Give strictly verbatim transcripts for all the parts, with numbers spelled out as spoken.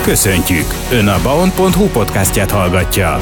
Köszöntjük! Ön a baon pont hu podcastját hallgatja.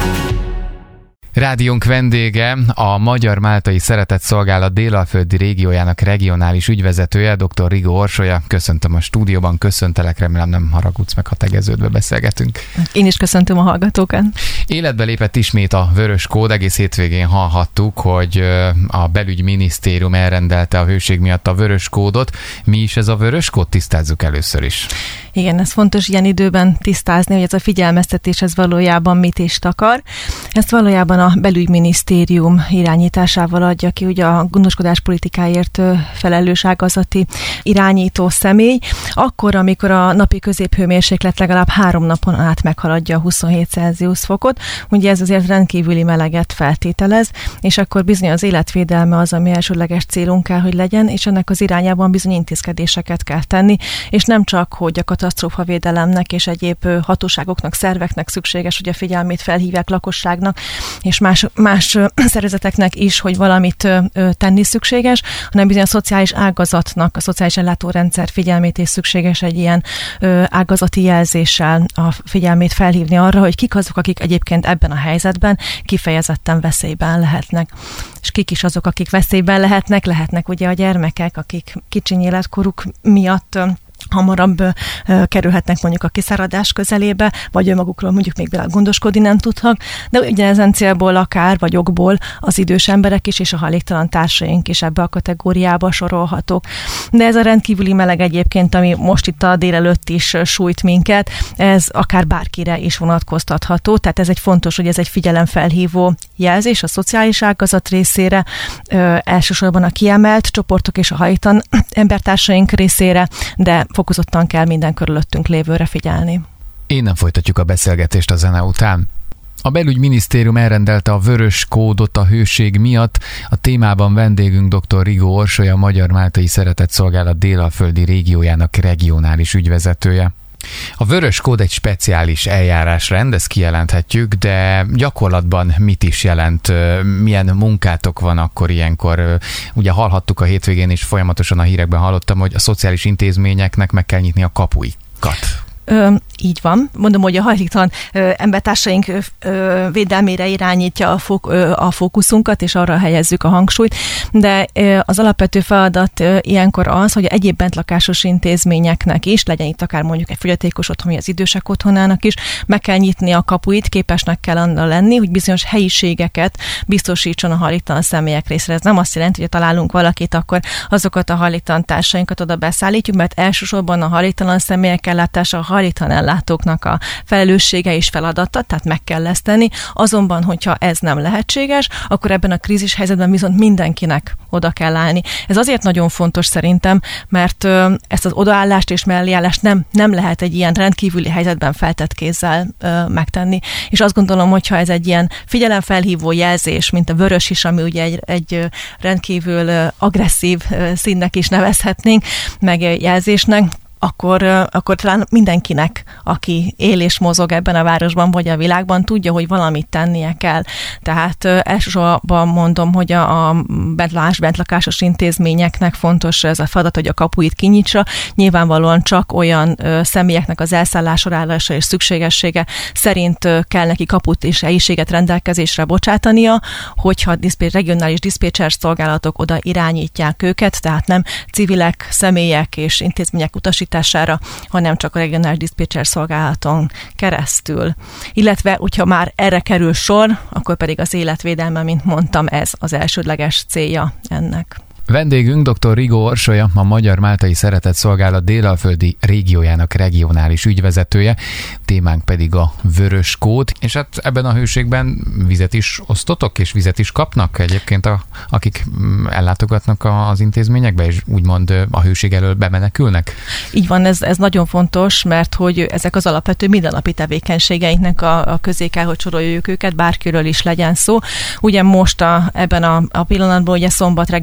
Rádiónk vendége a Magyar Máltai Szeretetszolgálat dél-alföldi régiójának regionális ügyvezetője, dr. Rigó Orsolya. Köszöntöm a stúdióban, köszöntelek, remélem nem haragudsz meg, ha tegeződve beszélgetünk. Én is köszöntöm a hallgatókat. Életbe lépett ismét a Vörös Kód, egész hétvégén hallhattuk, hogy a belügyminisztérium elrendelte a hőség miatt a Vörös Kódot. Mi is ez a Vörös Kód? Tisztázzuk először is. Igen, ez fontos ilyen időben tisztázni, hogy ez a figyelmeztetés ez valójában mit is takar. Ezt valójában a belügyminisztérium irányításával adja ki, ugye a gondoskodás politikáért felelős ágazati irányító személy. Akkor, amikor a napi középhőmérséklet legalább három napon át meghaladja a huszonhét Celsius fokot, ugye ez azért rendkívüli meleget feltételez, és akkor bizony az életvédelme az, ami elsődleges célunk kell, hogy legyen, és ennek az irányában bizony intézkedéseket kell tenni, és nem csak, hogy a katasztrófavédelemnek és egyéb hatóságoknak, szerveknek szükséges, hogy a figyelmét felhívják lakosságnak, és más, más szervezeteknek is, hogy valamit tenni szükséges, hanem bizony a szociális ágazatnak, a szociális ellátórendszer figyelmét is szükséges egy ilyen ágazati jelzéssel a figyelmét felhívni arra, hogy kik azok, akik egyébként ebben a helyzetben kifejezetten veszélyben lehetnek. És kik is azok, akik veszélyben lehetnek, lehetnek ugye a gyermekek, akik kicsiny életkoruk miatt hamarabb uh, kerülhetnek mondjuk a kiszáradás közelébe, vagy önmagukról mondjuk még gondoskodni nem tudnak, de ugyanezen célból akár, vagy okból az idős emberek is, és a hajléktalan társaink is ebbe a kategóriába sorolhatók. De ez a rendkívüli meleg egyébként, ami most itt a délelőtt is sújt minket, ez akár bárkire is vonatkoztatható, tehát ez egy fontos, hogy ez egy figyelemfelhívó jelzés a szociális ágazat részére, ö, elsősorban a kiemelt csoportok és a hajléktalan embertársaink részére, de fokozottan kell minden körülöttünk lévőre figyelni. Innen folytatjuk a beszélgetést a zene után. A belügyminisztérium elrendelte a Vörös Kódot a hőség miatt. A témában vendégünk dr. Rigó Orsolya, a Magyar Máltai Szeretetszolgálat dél-alföldi régiójának regionális ügyvezetője. A Vörös Kód egy speciális eljárásrend, ezt kijelenthetjük, de gyakorlatban mit is jelent, milyen munkátok van akkor ilyenkor? Ugye hallhattuk a hétvégén is, folyamatosan a hírekben hallottam, hogy a szociális intézményeknek meg kell nyitni a kapuikat. Ö, így van. Mondom, hogy a hajléktalan embertársaink ö, védelmére irányítja a, fók, ö, a fókuszunkat, és arra helyezzük a hangsúlyt, de ö, az alapvető feladat ö, ilyenkor az, hogy egyéb bentlakásos intézményeknek is, legyen itt akár mondjuk egy fogyatékos otthon, vagy az idősek otthonának is, meg kell nyitni a kapuit, képesnek kell annak lenni, hogy bizonyos helyiségeket biztosítson a hajléktalan személyek részre. Ez nem azt jelenti, hogy ha találunk valakit, akkor azokat a hajléktalan társainkat oda beszállítjuk, mert elsősorban a hajléktalan személyek ellátása a hajléktalan ellátóknak a felelőssége és feladata, tehát meg kell ezt tenni. Azonban, hogyha ez nem lehetséges, akkor ebben a krízis helyzetben viszont mindenkinek oda kell állni. Ez azért nagyon fontos szerintem, mert ö, ezt az odaállást és melléállást nem, nem lehet egy ilyen rendkívüli helyzetben feltett kézzel ö, megtenni. És azt gondolom, hogyha ez egy ilyen figyelemfelhívó jelzés, mint a vörös is, ami ugye egy, egy rendkívül ö, agresszív ö, színnek is nevezhetnénk, meg jelzésnek, Akkor, akkor talán mindenkinek, aki él és mozog ebben a városban vagy a világban, tudja, hogy valamit tennie kell. Tehát elsősorban mondom, hogy a, a bentlakás, bentlakásos intézményeknek fontos ez a feladat, hogy a kapuit kinyitsa. Nyilvánvalóan csak olyan ö, személyeknek az elszállásolása és szükségessége szerint ö, kell neki kaput és helyiséget rendelkezésre bocsátania, hogyha diszpé- regionális diszpécser szolgálatok oda irányítják őket, tehát nem civilek, személyek és intézmények utasítják, hanem csak a regionális diszpécser szolgálaton keresztül. Illetve, hogyha már erre kerül sor, akkor pedig az életvédelme, mint mondtam, ez az elsődleges célja ennek. Vendégünk dr. Rigó Orsolya, a Magyar Máltai Szeretetszolgálat dél-alföldi régiójának regionális ügyvezetője, témánk pedig a Vörös Kód, és hát ebben a hőségben vizet is osztotok, és vizet is kapnak egyébként, a, akik ellátogatnak az intézményekbe, és úgymond a hőség elől bemenekülnek? Így van, ez, ez nagyon fontos, mert hogy ezek az alapvető mindennapi tevékenységeinknek a, a közé kell, hogy soroljuk őket, bárkiről is legyen szó. Ugye most a, ebben a, a pillanatban ugye szombat reggel nyolc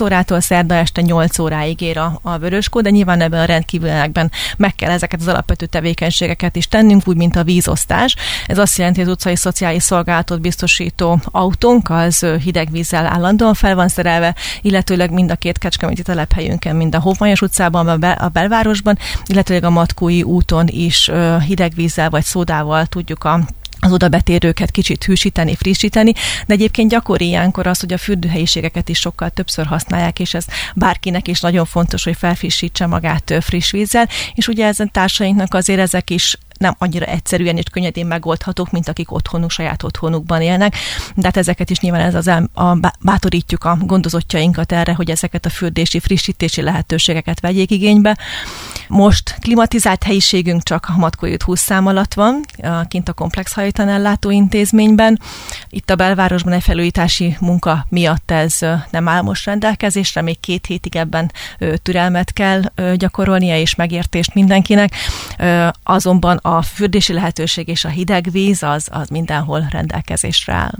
órától szerda este nyolc óráig ér a, a vöröskód, de nyilván ebben a rendkívüliekben meg kell ezeket az alapvető tevékenységeket is tennünk, úgy, mint a vízosztás. Ez azt jelenti, hogy az utcai szociális szolgálatot biztosító autónk az hideg vízzel állandóan fel van szerelve, illetőleg mind a két kecskeméti telephelyünkön, mind a Hófmajos utcában, a, bel- a belvárosban, illetőleg a Matkói úton is hideg vízzel vagy szódával tudjuk a az oda betérőket kicsit hűsíteni, frissíteni, de egyébként gyakori ilyenkor az, hogy a fürdőhelyiségeket is sokkal többször használják, és ez bárkinek is nagyon fontos, hogy felfrissítse magát friss vízzel, és ugye ezen társainknak azért ezek is nem annyira egyszerűen és könnyedén megoldhatók, mint akik otthonuk, saját otthonukban élnek. De hát ezeket is nyilván ez az el, a, bátorítjuk a gondozottjainkat erre, hogy ezeket a fürdési, frissítési lehetőségeket vegyék igénybe. Most klimatizált helyiségünk csak a Matkói út húsz szám alatt van, kint a komplex hajléktalanellátó intézményben. Itt a belvárosban egy felújítási munka miatt ez nem áll most rendelkezésre, még két hétig ebben türelmet kell gyakorolnia és megértést mindenkinek. Azonban a fürdési lehetőség és a hideg víz az, az mindenhol rendelkezésre áll.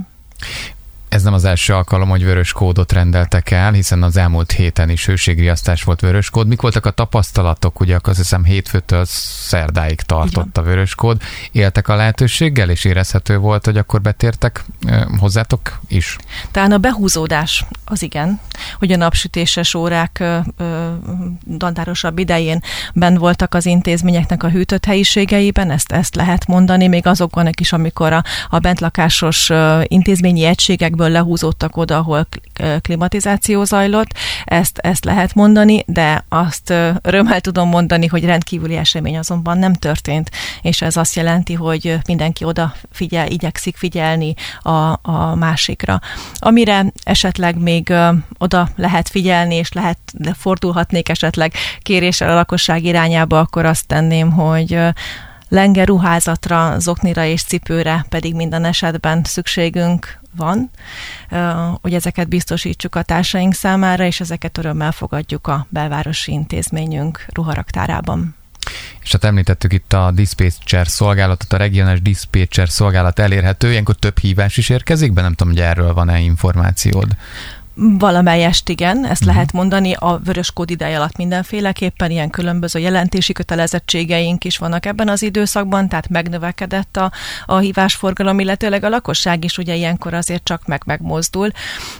Ez nem az első alkalom, hogy vörös kódot rendeltek el, hiszen az elmúlt héten is hőségriasztás volt vörös kód. Mik voltak a tapasztalatok? Ugye azt hiszem hétfőtől szerdáig tartott a vörös kód. Éltek a lehetőséggel, és érezhető volt, hogy akkor betértek hozzátok is? Talán a behúzódás az igen, hogy a napsütéses órák ö, ö, dandárosabb idején benn voltak az intézményeknek a hűtött helyiségeiben, ezt, ezt lehet mondani, még azokon is, amikor a, a bentlakásos ö, intézményi egységek lehúzódtak oda, ahol klimatizáció zajlott, ezt, ezt lehet mondani, de azt örömmel tudom mondani, hogy rendkívüli esemény azonban nem történt, és ez azt jelenti, hogy mindenki oda figyel, igyekszik figyelni a, a másikra. Amire esetleg még oda lehet figyelni, és lehet, de fordulhatnék esetleg kéréssel a lakosság irányába, akkor azt tenném, hogy lenge ruházatra, zoknira és cipőre pedig minden esetben szükségünk van, hogy ezeket biztosítsuk a társaink számára, és ezeket örömmel fogadjuk a belvárosi intézményünk ruharaktárában. És hát említettük itt a diszpécser szolgálatot, a regionális diszpécser szolgálat elérhető, ilyenkor több hívás is érkezik be? Nem tudom, hogy erről van-e információd? Valamelyest igen, ezt uh-huh. lehet mondani, a vörös kód ideje alatt mindenféleképpen, ilyen különböző jelentési kötelezettségeink is vannak ebben az időszakban, tehát megnövekedett a, a hívásforgalom, illetőleg a lakosság is ugye ilyenkor azért csak meg megmozdul,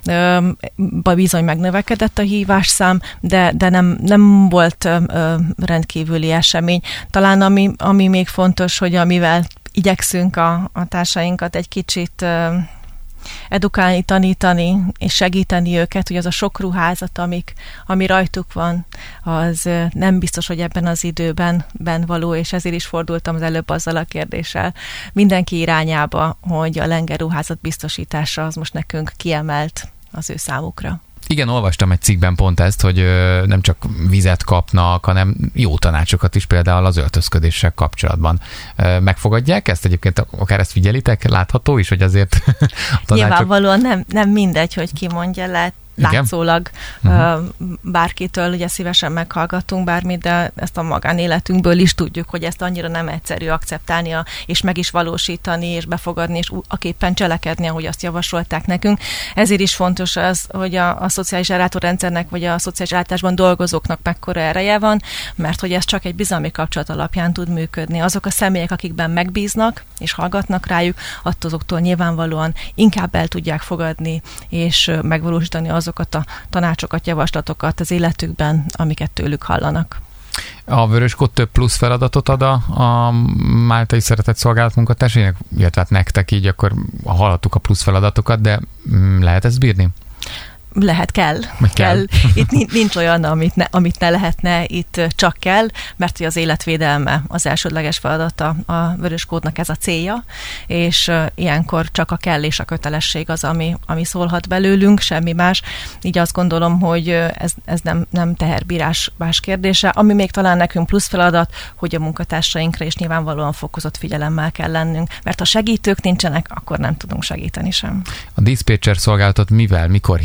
bizony megnövekedett a hívásszám, de, de nem, nem volt rendkívüli esemény. Talán ami, ami még fontos, hogy amivel igyekszünk a, a társainkat egy kicsit edukálni, tanítani és segíteni őket, hogy az a sok ruházat, amik, ami rajtuk van, az nem biztos, hogy ebben az időben benn való, és ezért is fordultam az előbb azzal a kérdéssel mindenki irányába, hogy a lenger ruházat biztosítása az most nekünk kiemelt az ő számukra. Igen, olvastam egy cikkben pont ezt, hogy nem csak vizet kapnak, hanem jó tanácsokat is például az öltözködéssel kapcsolatban. Megfogadják ezt? Egyébként akár ezt figyelitek? Látható is, hogy azért a tanácsok... Nyilvánvalóan nem, nem mindegy, hogy ki mondja, lehet látszólag uh-huh. bárkitől ugye szívesen meghallgatunk bármit, de ezt a magánéletünkből is tudjuk, hogy ezt annyira nem egyszerű akceptálni és meg is valósítani, és befogadni, és aképpen cselekedni, ahogy azt javasolták nekünk. Ezért is fontos az, hogy a, a szociális ellátórendszernek, vagy a szociális ellátásban dolgozóknak mekkora ereje van, mert hogy ez csak egy bizalmi kapcsolat alapján tud működni. Azok a személyek, akikben megbíznak, és hallgatnak rájuk, azoktól nyilvánvalóan inkább el tudják fogadni, és megvalósítani az azokat a tanácsokat, javaslatokat az életükben, amiket tőlük hallanak. A vörös kód több plusz feladatot ad a, a Máltai Szeretett Szolgálat munkatársainak, illetve hát nektek így akkor hallhattuk a plusz feladatokat, de lehet ezt bírni? Lehet, kell. kell. kell. Itt nincs olyan, amit ne, amit ne lehetne, itt csak kell, mert hogy az életvédelme az elsődleges feladata a vörös kódnak, ez a célja, és uh, ilyenkor csak a kell és a kötelesség az, ami, ami szólhat belőlünk, semmi más. Így azt gondolom, hogy ez, ez nem, nem teherbírás más kérdése. Ami még talán nekünk plusz feladat, hogy a munkatársainkra is nyilvánvalóan fokozott figyelemmel kell lennünk, mert ha segítők nincsenek, akkor nem tudunk segíteni sem. A diszpécser szolgálatot mivel, mikor hívjuk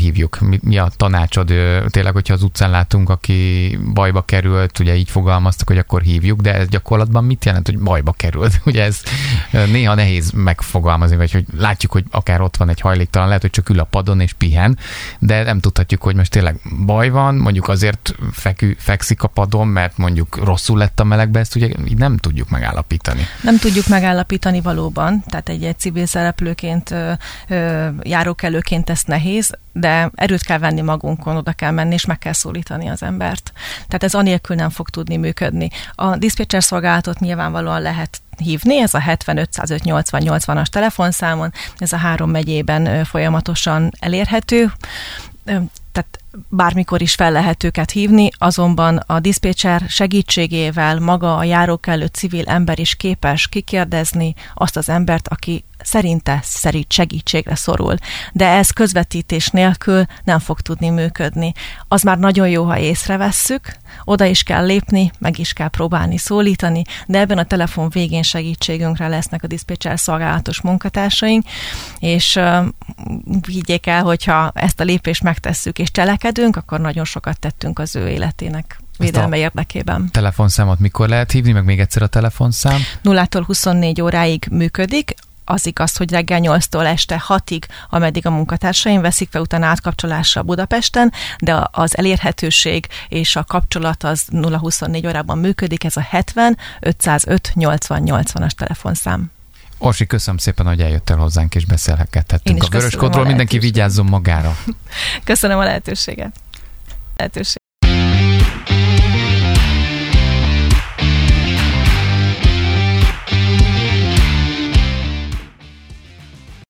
Mi, mi a tanácsod? Tényleg, hogyha az utcán látunk, aki bajba került, ugye így fogalmaztak, hogy akkor hívjuk, de ez gyakorlatban mit jelent, hogy bajba került? Ugye ez néha nehéz megfogalmazni, vagy hogy látjuk, hogy akár ott van egy hajléktalan, lehet, hogy csak ül a padon és pihen, de nem tudhatjuk, hogy most tényleg baj van, mondjuk azért fekü, fekszik a padon, mert mondjuk rosszul lett a melegbe, ezt ugye így nem tudjuk megállapítani. Nem tudjuk megállapítani valóban, tehát egy, egy civil szereplőként, ö, ö, járókelőként ez nehéz, de erőt kell venni magunkon, oda kell menni, és meg kell szólítani az embert. Tehát ez anélkül nem fog tudni működni. A diszpécser szolgálatot nyilvánvalóan lehet hívni, ez a hetven ötszázöt nyolcvan nyolcvanas telefonszámon, ez a három megyében folyamatosan elérhető, tehát bármikor is fel lehet őket hívni, azonban a diszpécser segítségével maga a járókelő civil ember is képes kikérdezni azt az embert, aki szerinte szerint segítségre szorul. De ez közvetítés nélkül nem fog tudni működni. Az már nagyon jó, ha észrevesszük, oda is kell lépni, meg is kell próbálni szólítani, de ebben a telefon végén segítségünkre lesznek a diszpécser szolgálatos munkatársaink, és uh, higgyék el, hogyha ezt a lépést megtesszük és cselekedünk, akkor nagyon sokat tettünk az ő életének védelme érdekében. Telefonszámot mikor lehet hívni, meg még egyszer a telefonszám? nullától huszonnégy óráig működik. Az igaz, hogy reggel nyolctól este hatig, ameddig a munkatársaim veszik fel, utána átkapcsolásra Budapesten, de az elérhetőség és a kapcsolat az nulla huszonnégy órában működik, ez a hetven ötszázöt nyolcvan nyolcvanas telefonszám. Orsi, köszönöm szépen, hogy eljöttél hozzánk és beszélhettünk a Vörös Kódról. Mindenki vigyázzon magára. Köszönöm a lehetőséget. lehetőséget.